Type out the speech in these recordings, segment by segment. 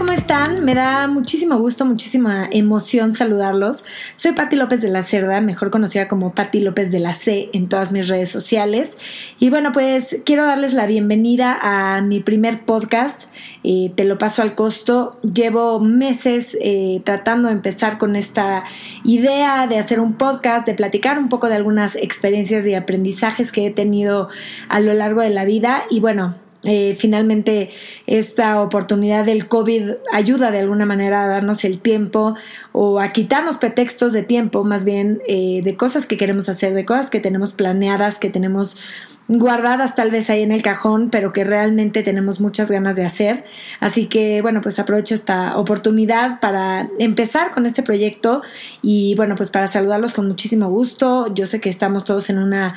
¿cómo están? Me da muchísimo gusto, muchísima emoción saludarlos. Soy Pati López de la Cerda, mejor conocida como Pati López de la C en todas mis redes sociales. Y bueno, pues quiero darles la bienvenida a mi primer podcast, Te lo paso al costo. Llevo meses tratando de empezar con esta idea de hacer un podcast, de platicar un poco de algunas experiencias y aprendizajes que he tenido a lo largo de la vida. Y bueno, finalmente esta oportunidad del COVID ayuda de alguna manera a darnos el tiempo o a quitarnos pretextos de tiempo, más bien de cosas que queremos hacer, de cosas que tenemos planeadas, que tenemos guardadas tal vez ahí en el cajón, pero que realmente tenemos muchas ganas de hacer. Así que bueno, pues aprovecho esta oportunidad para empezar con este proyecto y bueno, pues para saludarlos con muchísimo gusto. Yo sé que estamos todos en una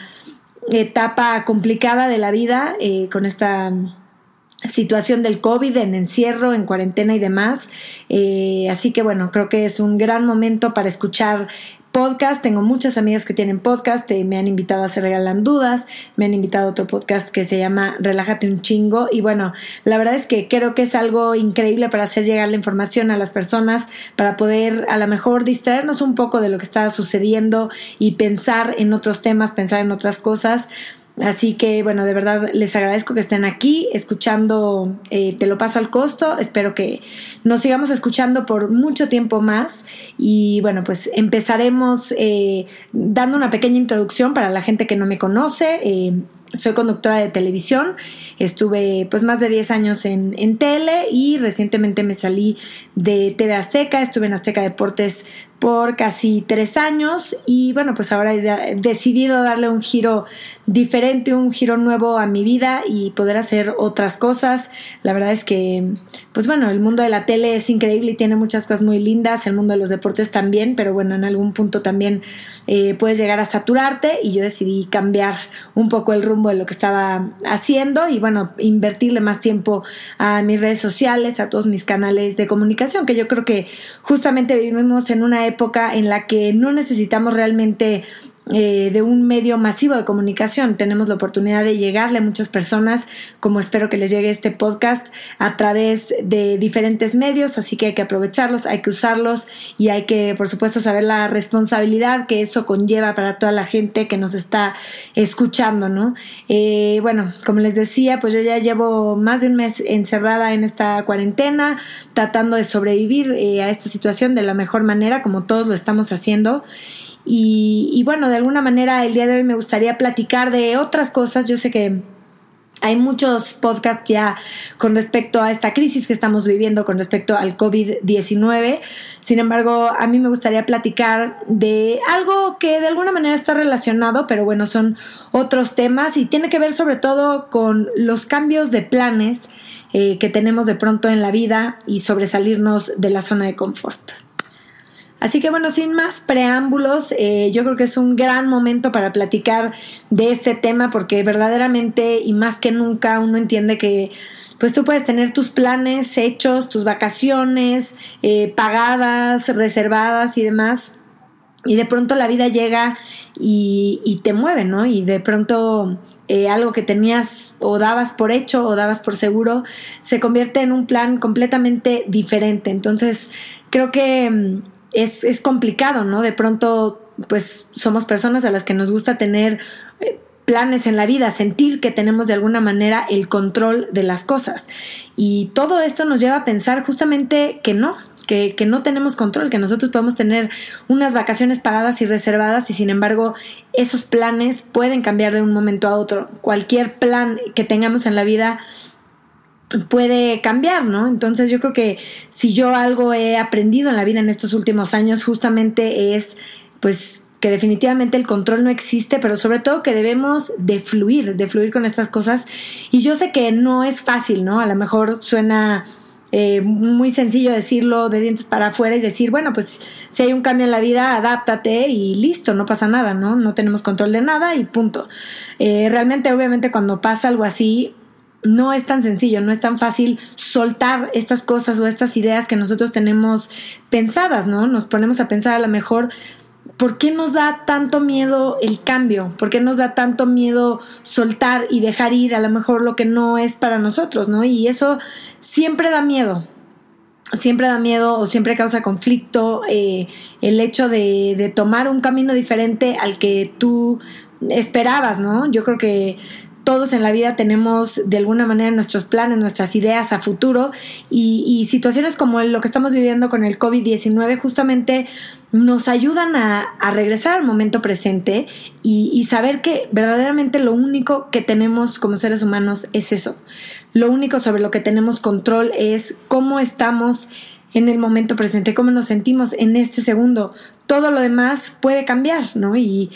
etapa complicada de la vida, con esta situación del COVID, en encierro, en cuarentena y demás, así que bueno, creo que es un gran momento para escuchar podcast. Tengo muchas amigas que tienen podcast, me han invitado a Se Regalan Dudas, me han invitado a otro podcast que se llama Relájate un Chingo, y bueno, la verdad es que creo que es algo increíble para hacer llegar la información a las personas, para poder a lo mejor distraernos un poco de lo que está sucediendo y pensar en otros temas, pensar en otras cosas. Así que bueno, de verdad les agradezco que estén aquí escuchando Te lo paso al costo. Espero que nos sigamos escuchando por mucho tiempo más. Y bueno, pues empezaremos dando una pequeña introducción para la gente que no me conoce. Soy conductora de televisión, estuve pues más de 10 años en tele y recientemente me salí de TV Azteca, estuve en Azteca Deportes por casi 3 años y bueno, pues ahora he decidido darle un giro diferente, un giro nuevo a mi vida y poder hacer otras cosas. La verdad es que pues bueno, el mundo de la tele es increíble y tiene muchas cosas muy lindas, el mundo de los deportes también, pero bueno, en algún punto también puedes llegar a saturarte y yo decidí cambiar un poco el rumbo de lo que estaba haciendo y bueno, invertirle más tiempo a mis redes sociales, a todos mis canales de comunicación, que yo creo que justamente vivimos en una época en la que no necesitamos realmente de un medio masivo de comunicación. Tenemos la oportunidad de llegarle a muchas personas, como espero que les llegue este podcast, a través de diferentes medios, así que hay que aprovecharlos, hay que usarlos y hay que, por supuesto, saber la responsabilidad que eso conlleva para toda la gente que nos está escuchando, ¿no? Bueno, como les decía, pues yo ya llevo más de un mes encerrada en esta cuarentena, tratando de sobrevivir a esta situación de la mejor manera, como todos lo estamos haciendo. Y bueno, de alguna manera el día de hoy me gustaría platicar de otras cosas. Yo sé que hay muchos podcasts ya con respecto a esta crisis que estamos viviendo, con respecto al COVID-19. Sin embargo, a mí me gustaría platicar de algo que de alguna manera está relacionado, pero bueno, son otros temas y tiene que ver sobre todo con los cambios de planes que tenemos de pronto en la vida y sobresalirnos de la zona de confort. Así que bueno, sin más preámbulos, yo creo que es un gran momento para platicar de este tema porque verdaderamente y más que nunca uno entiende que pues tú puedes tener tus planes hechos, tus vacaciones pagadas, reservadas y demás, y de pronto la vida llega y te mueve, ¿no? Y de pronto algo que tenías o dabas por hecho o dabas por seguro se convierte en un plan completamente diferente. Entonces creo que es complicado, ¿no? De pronto, pues somos personas a las que nos gusta tener planes en la vida, sentir que tenemos de alguna manera el control de las cosas. Y todo esto nos lleva a pensar justamente que no tenemos control, que nosotros podemos tener unas vacaciones pagadas y reservadas y sin embargo esos planes pueden cambiar de un momento a otro. Cualquier plan que tengamos en la vida puede cambiar, ¿no? Entonces yo creo que si yo algo he aprendido en la vida en estos últimos años justamente es pues que definitivamente el control no existe, pero sobre todo que debemos de fluir con estas cosas. Y yo sé que no es fácil, ¿no? A lo mejor suena muy sencillo decirlo de dientes para afuera y decir, bueno, pues si hay un cambio en la vida, adáptate y listo, no pasa nada, ¿no? No tenemos control de nada y punto. Realmente, obviamente, cuando pasa algo así, no es tan sencillo, no es tan fácil soltar estas cosas o estas ideas que nosotros tenemos pensadas, ¿no? Nos ponemos a pensar a lo mejor, ¿por qué nos da tanto miedo el cambio? ¿Por qué nos da tanto miedo soltar y dejar ir a lo mejor lo que no es para nosotros, ¿no? Y eso siempre da miedo. siempre da miedo o siempre causa conflicto el hecho de tomar un camino diferente al que tú esperabas, ¿no? Yo creo que todos en la vida tenemos de alguna manera nuestros planes, nuestras ideas a futuro y situaciones como lo que estamos viviendo con el COVID-19 justamente nos ayudan a regresar al momento presente y saber que verdaderamente lo único que tenemos como seres humanos es eso. Lo único sobre lo que tenemos control es cómo estamos en el momento presente, cómo nos sentimos en este segundo. Todo lo demás puede cambiar, ¿no?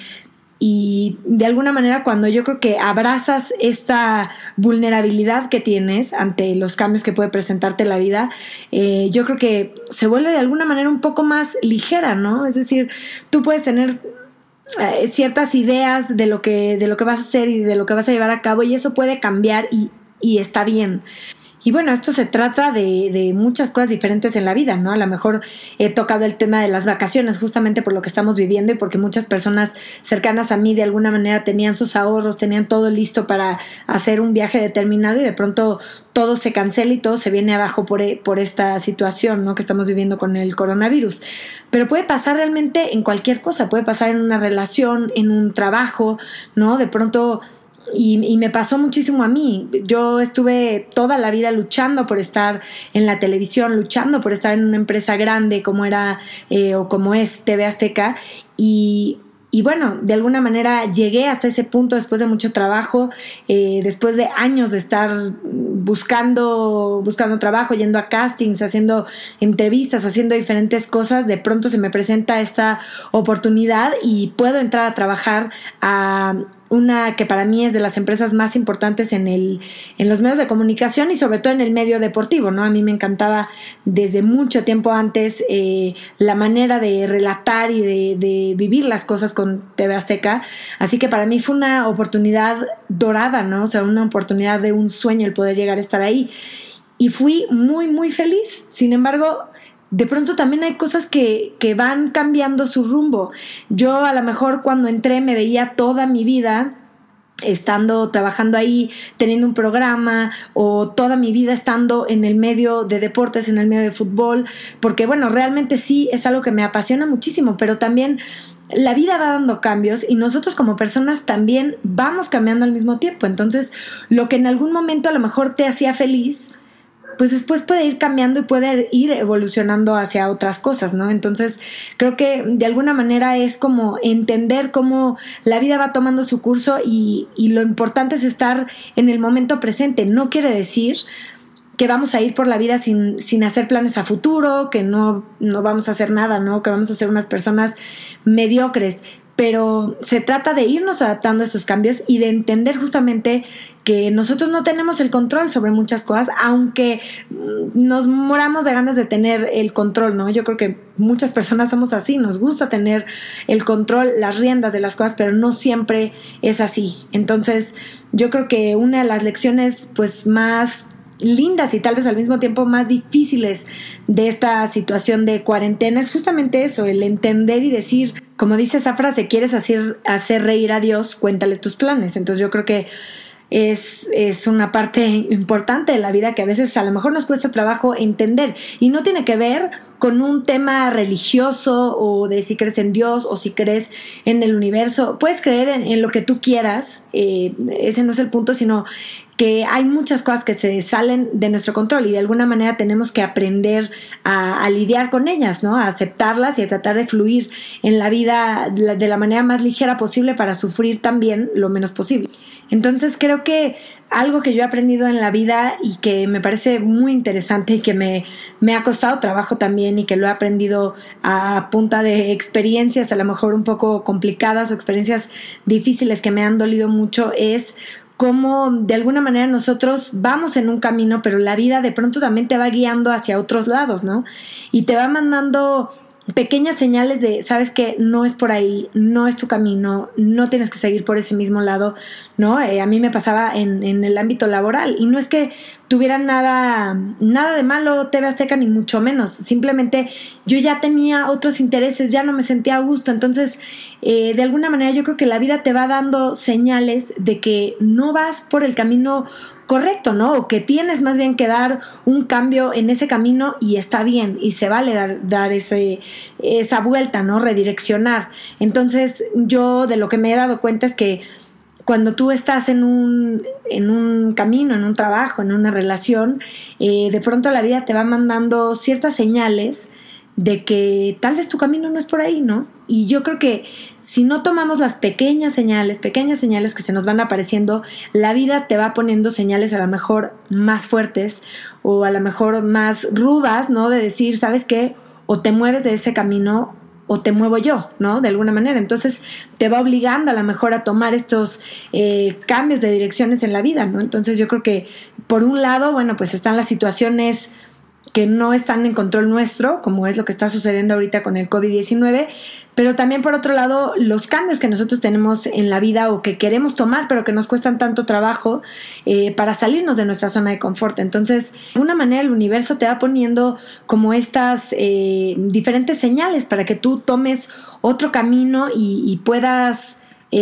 Y de alguna manera cuando yo creo que abrazas esta vulnerabilidad que tienes ante los cambios que puede presentarte la vida, yo creo que se vuelve de alguna manera un poco más ligera, ¿no? Es decir, tú puedes tener ciertas ideas de lo que vas a hacer y de lo que vas a llevar a cabo y eso puede cambiar y está bien. Y bueno, esto se trata de muchas cosas diferentes en la vida, ¿no? A lo mejor he tocado el tema de las vacaciones justamente por lo que estamos viviendo y porque muchas personas cercanas a mí de alguna manera tenían sus ahorros, tenían todo listo para hacer un viaje determinado y de pronto todo se cancela y todo se viene abajo por esta situación, ¿no? Que estamos viviendo con el coronavirus. Pero puede pasar realmente en cualquier cosa, puede pasar en una relación, en un trabajo, ¿no? De pronto... Y me pasó muchísimo a mí. Yo estuve toda la vida luchando por estar en la televisión, luchando por estar en una empresa grande como era o como es TV Azteca y bueno, de alguna manera llegué hasta ese punto después de mucho trabajo, después de años de estar buscando trabajo, yendo a castings, haciendo entrevistas, haciendo diferentes cosas. De pronto se me presenta esta oportunidad y puedo entrar a trabajar a una que para mí es de las empresas más importantes en los medios de comunicación y sobre todo en el medio deportivo, ¿no? A mí me encantaba desde mucho tiempo antes la manera de relatar y de vivir las cosas con TV Azteca, así que para mí fue una oportunidad dorada, ¿no? O sea, una oportunidad de un sueño el poder llegar a estar ahí y fui muy, muy feliz. Sin embargo, de pronto también hay cosas que van cambiando su rumbo. Yo a lo mejor cuando entré me veía toda mi vida estando trabajando ahí, teniendo un programa o toda mi vida estando en el medio de deportes, en el medio de fútbol, porque bueno, realmente sí es algo que me apasiona muchísimo, pero también la vida va dando cambios y nosotros como personas también vamos cambiando al mismo tiempo. Entonces, lo que en algún momento a lo mejor te hacía feliz, pues después puede ir cambiando y puede ir evolucionando hacia otras cosas, ¿no? Entonces, creo que de alguna manera es como entender cómo la vida va tomando su curso y lo importante es estar en el momento presente. No quiere decir que vamos a ir por la vida sin hacer planes a futuro, que no vamos a hacer nada, ¿no? Que vamos a ser unas personas mediocres. Pero se trata de irnos adaptando a esos cambios y de entender justamente que nosotros no tenemos el control sobre muchas cosas, aunque nos moramos de ganas de tener el control, ¿no? Yo creo que muchas personas somos así, nos gusta tener el control, las riendas de las cosas, pero no siempre es así. Entonces, yo creo que una de las lecciones pues más lindas y tal vez al mismo tiempo más difíciles de esta situación de cuarentena es justamente eso, el entender y decir, como dice esa frase, quieres hacer reír a Dios, cuéntale tus planes. Entonces yo creo que es una parte importante de la vida que a veces a lo mejor nos cuesta trabajo entender y no tiene que ver con un tema religioso o de si crees en Dios o si crees en el universo. Puedes creer en lo que tú quieras, ese no es el punto, sino que hay muchas cosas que se salen de nuestro control y de alguna manera tenemos que aprender a lidiar con ellas, ¿no? A aceptarlas y a tratar de fluir en la vida de la manera más ligera posible para sufrir también lo menos posible. Entonces creo que algo que yo he aprendido en la vida y que me parece muy interesante y que me ha costado trabajo también y que lo he aprendido a punta de experiencias a lo mejor un poco complicadas o experiencias difíciles que me han dolido mucho es cómo de alguna manera nosotros vamos en un camino, pero la vida de pronto también te va guiando hacia otros lados, ¿no? Y te va mandando pequeñas señales de, sabes que no es por ahí, no es tu camino, no tienes que seguir por ese mismo lado, ¿no? A mí me pasaba en el ámbito laboral, y no es que tuviera nada de malo TV Azteca, ni mucho menos, simplemente yo ya tenía otros intereses, ya no me sentía a gusto. Entonces de alguna manera yo creo que la vida te va dando señales de que no vas por el camino correcto, ¿no? O que tienes más bien que dar un cambio en ese camino, y está bien, y se vale dar esa vuelta, ¿no? Redireccionar. Entonces yo de lo que me he dado cuenta es que cuando tú estás en un camino, en un trabajo, en una relación, de pronto la vida te va mandando ciertas señales de que tal vez tu camino no es por ahí, ¿no? Y yo creo que si no tomamos las pequeñas señales que se nos van apareciendo, la vida te va poniendo señales a lo mejor más fuertes o a lo mejor más rudas, ¿no? De decir, ¿sabes qué? O te mueves de ese camino o te muevo yo, ¿no? De alguna manera. Entonces te va obligando a lo mejor a tomar estos cambios de direcciones en la vida, ¿no? Entonces yo creo que por un lado, bueno, pues están las situaciones que no están en control nuestro, como es lo que está sucediendo ahorita con el COVID-19, pero también por otro lado los cambios que nosotros tenemos en la vida o que queremos tomar pero que nos cuestan tanto trabajo para salirnos de nuestra zona de confort. Entonces, de alguna manera el universo te va poniendo como estas diferentes señales para que tú tomes otro camino y puedas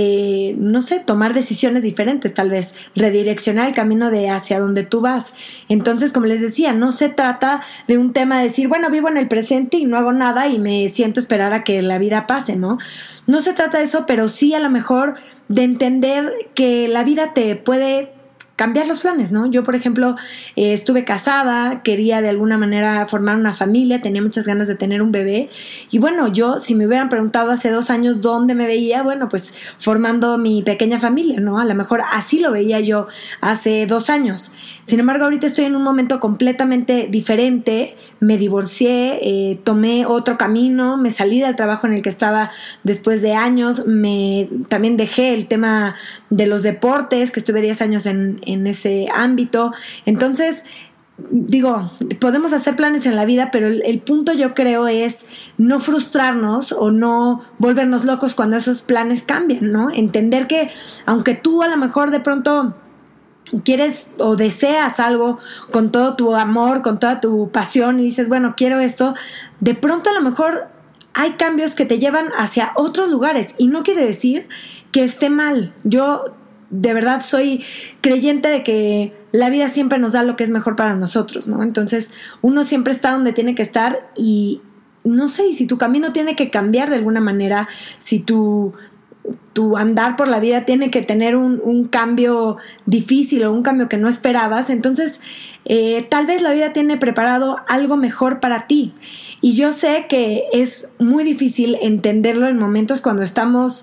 no sé, tomar decisiones diferentes, tal vez redireccionar el camino de hacia donde tú vas. Entonces, como les decía, no se trata de un tema de decir, bueno, vivo en el presente y no hago nada y me siento a esperar a que la vida pase, ¿no? No se trata de eso, pero sí a lo mejor de entender que la vida te puede cambiar los planes, ¿no? Yo, por ejemplo, estuve casada, quería de alguna manera formar una familia, tenía muchas ganas de tener un bebé, y bueno, yo, si me hubieran preguntado hace 2 años dónde me veía, bueno, pues formando mi pequeña familia, ¿no? A lo mejor así lo veía yo hace 2 años. Sin embargo, ahorita estoy en un momento completamente diferente, me divorcié, tomé otro camino, me salí del trabajo en el que estaba después de años, también dejé el tema de los deportes, que estuve 10 años en ese ámbito. Entonces, digo, podemos hacer planes en la vida, pero el punto, yo creo, es no frustrarnos o no volvernos locos cuando esos planes cambian, ¿no? Entender que aunque tú a lo mejor de pronto quieres o deseas algo con todo tu amor, con toda tu pasión, y dices, bueno, quiero esto, de pronto a lo mejor hay cambios que te llevan hacia otros lugares, y no quiere decir que esté mal. Yo de verdad soy creyente de que la vida siempre nos da lo que es mejor para nosotros, ¿no? Entonces uno siempre está donde tiene que estar, y no sé, y si tu camino tiene que cambiar de alguna manera, si tu andar por la vida tiene que tener un cambio difícil o un cambio que no esperabas, entonces tal vez la vida tiene preparado algo mejor para ti. Y yo sé que es muy difícil entenderlo en momentos cuando estamos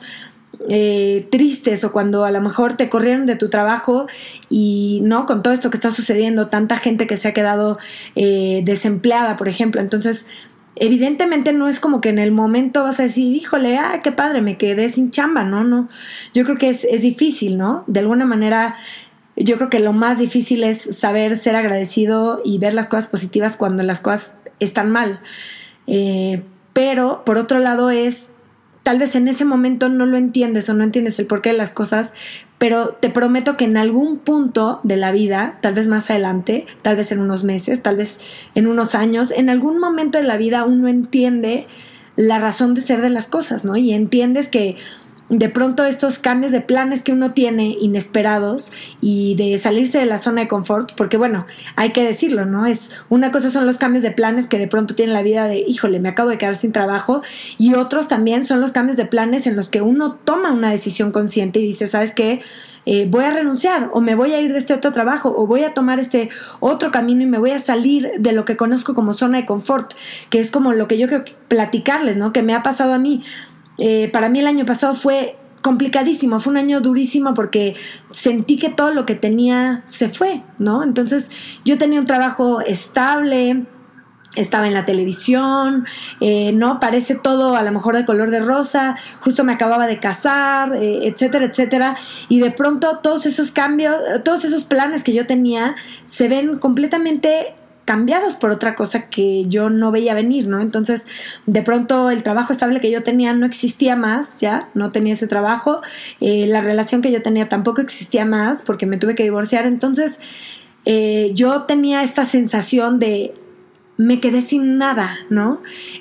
tristes, o cuando a lo mejor te corrieron de tu trabajo, y no, con todo esto que está sucediendo, tanta gente que se ha quedado desempleada, por ejemplo. Entonces evidentemente no es como que en el momento vas a decir, híjole, qué padre, me quedé sin chamba, no, yo creo que es difícil, ¿no? De alguna manera yo creo que lo más difícil es saber ser agradecido y ver las cosas positivas cuando las cosas están mal, pero por otro lado es, tal vez en ese momento no lo entiendes o no entiendes el porqué de las cosas, pero te prometo que en algún punto de la vida, tal vez más adelante, tal vez en unos meses, tal vez en unos años, en algún momento de la vida uno entiende la razón de ser de las cosas, ¿no? Y entiendes que de pronto estos cambios de planes que uno tiene inesperados, y de salirse de la zona de confort, porque bueno, hay que decirlo, ¿no? Una cosa son los cambios de planes que de pronto tiene la vida de, híjole, me acabo de quedar sin trabajo, y otros también son los cambios de planes en los que uno toma una decisión consciente y dice, ¿sabes qué? Voy a renunciar, o me voy a ir de este otro trabajo, o voy a tomar este otro camino y me voy a salir de lo que conozco como zona de confort, que es como lo que yo quiero platicarles, ¿no? Que me ha pasado a mí. Para mí el año pasado fue complicadísimo, fue un año durísimo porque sentí que todo lo que tenía se fue, ¿no? Entonces yo tenía un trabajo estable, estaba en la televisión, ¿no? Parece todo a lo mejor de color de rosa, justo me acababa de casar, etcétera, etcétera, y de pronto todos esos cambios, todos esos planes que yo tenía se ven completamente cambiados por otra cosa que yo no veía venir, ¿no? Entonces, de pronto el trabajo estable que yo tenía no existía más, ya, no tenía ese trabajo, la relación que yo tenía tampoco existía más porque me tuve que divorciar. Entonces, yo tenía esta sensación de me quedé sin nada, ¿no?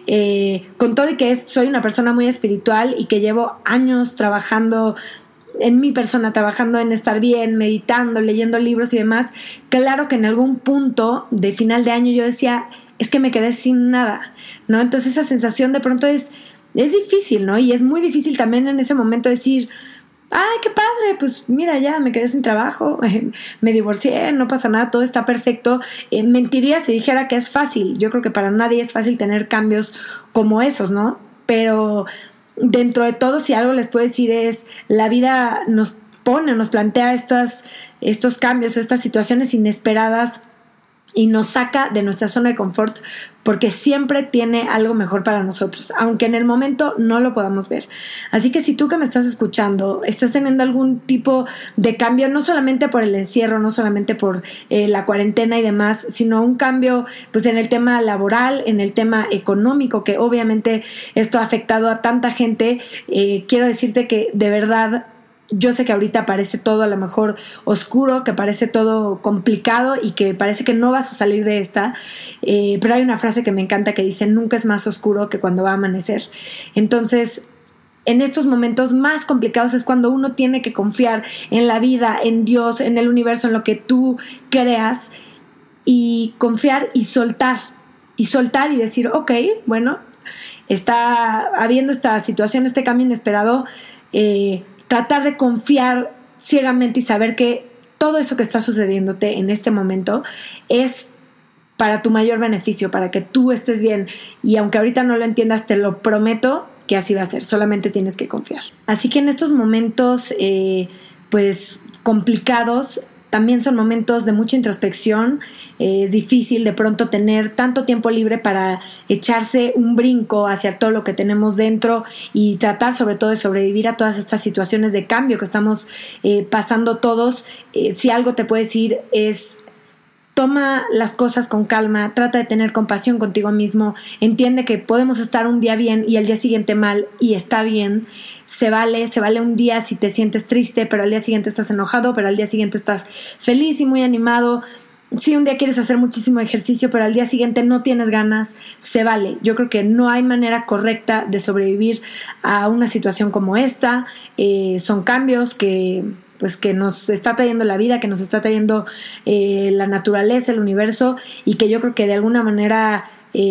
Con todo y que soy una persona muy espiritual y que llevo años trabajando en mi persona, trabajando en estar bien, meditando, leyendo libros y demás, claro que en algún punto de final de año yo decía, es que me quedé sin nada, ¿no? Entonces esa sensación de pronto es difícil, ¿no? Y es muy difícil también en ese momento decir, ay, qué padre, pues mira, ya me quedé sin trabajo, me divorcié, no pasa nada, todo está perfecto. Mentiría si dijera que es fácil. Yo creo que para nadie es fácil tener cambios como esos, ¿no? Pero dentro de todo, si algo les puedo decir es, la vida nos plantea estos cambios, estas situaciones inesperadas y nos saca de nuestra zona de confort porque siempre tiene algo mejor para nosotros, aunque en el momento no lo podamos ver. Así que si tú que me estás escuchando estás teniendo algún tipo de cambio, no solamente por el encierro, no solamente por la cuarentena y demás, sino un cambio pues en el tema laboral, en el tema económico, que obviamente esto ha afectado a tanta gente, quiero decirte que de verdad yo sé que ahorita parece todo a lo mejor oscuro, que parece todo complicado y que parece que no vas a salir de esta, pero hay una frase que me encanta que dice, nunca es más oscuro que cuando va a amanecer. Entonces, en estos momentos más complicados es cuando uno tiene que confiar en la vida, en Dios, en el universo, en lo que tú creas, y confiar y soltar y decir, ok, bueno, está habiendo esta situación, este cambio inesperado, tratar de confiar ciegamente y saber que todo eso que está sucediéndote en este momento es para tu mayor beneficio, para que tú estés bien. Y aunque ahorita no lo entiendas, te lo prometo que así va a ser. Solamente tienes que confiar. Así que en estos momentos pues complicados, también son momentos de mucha introspección. Es difícil de pronto tener tanto tiempo libre para echarse un brinco hacia todo lo que tenemos dentro y tratar sobre todo de sobrevivir a todas estas situaciones de cambio que estamos pasando todos. Si algo te puedo decir es: toma las cosas con calma, trata de tener compasión contigo mismo, entiende que podemos estar un día bien y al día siguiente mal, y está bien, se vale un día si te sientes triste, pero al día siguiente estás enojado, pero al día siguiente estás feliz y muy animado. Si un día quieres hacer muchísimo ejercicio, pero al día siguiente no tienes ganas, se vale. Yo creo que no hay manera correcta de sobrevivir a una situación como esta. Son cambios que nos está trayendo la vida, que nos está trayendo la naturaleza, el universo, y que yo creo que de alguna manera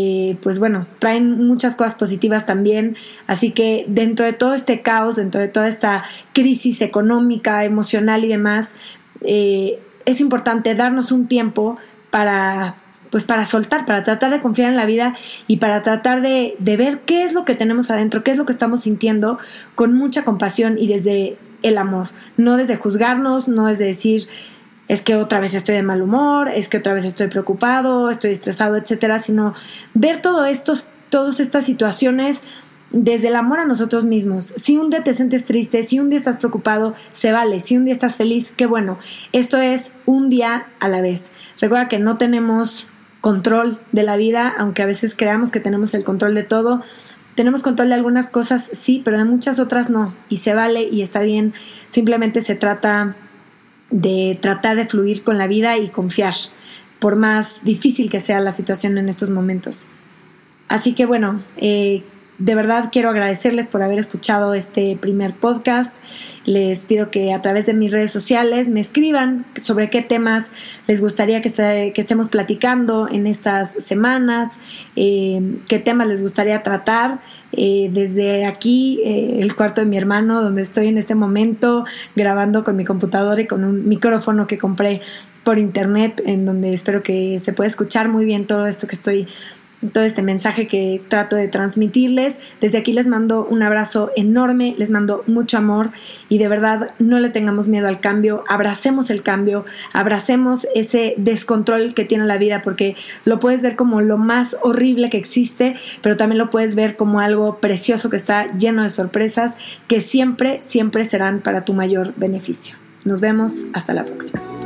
traen muchas cosas positivas también. Así que dentro de todo este caos, dentro de toda esta crisis económica, emocional y demás, es importante darnos un tiempo para soltar, para tratar de confiar en la vida y para tratar de ver qué es lo que tenemos adentro, qué es lo que estamos sintiendo, con mucha compasión y desde el amor, no desde juzgarnos, no desde decir es que otra vez estoy de mal humor, es que otra vez estoy preocupado, estoy estresado, etcétera, sino ver todas estas situaciones desde el amor a nosotros mismos. Si un día te sientes triste, si un día estás preocupado, se vale. Si un día estás feliz, qué bueno. Esto es un día a la vez. Recuerda que no tenemos control de la vida, aunque a veces creamos que tenemos el control de todo. Tenemos control de algunas cosas, sí, pero de muchas otras no. Y se vale y está bien. Simplemente se trata de tratar de fluir con la vida y confiar, por más difícil que sea la situación en estos momentos. Así que bueno, de verdad quiero agradecerles por haber escuchado este primer podcast. Les pido que a través de mis redes sociales me escriban sobre qué temas les gustaría que estemos platicando en estas semanas, qué temas les gustaría tratar. Desde aquí, el cuarto de mi hermano, donde estoy en este momento grabando con mi computadora y con un micrófono que compré por internet, en donde espero que se pueda escuchar muy bien todo este mensaje que trato de transmitirles. Desde aquí les mando un abrazo enorme, les mando mucho amor y de verdad no le tengamos miedo al cambio, abracemos el cambio, abracemos ese descontrol que tiene la vida, porque lo puedes ver como lo más horrible que existe, pero también lo puedes ver como algo precioso que está lleno de sorpresas que siempre, siempre serán para tu mayor beneficio. Nos vemos, hasta la próxima.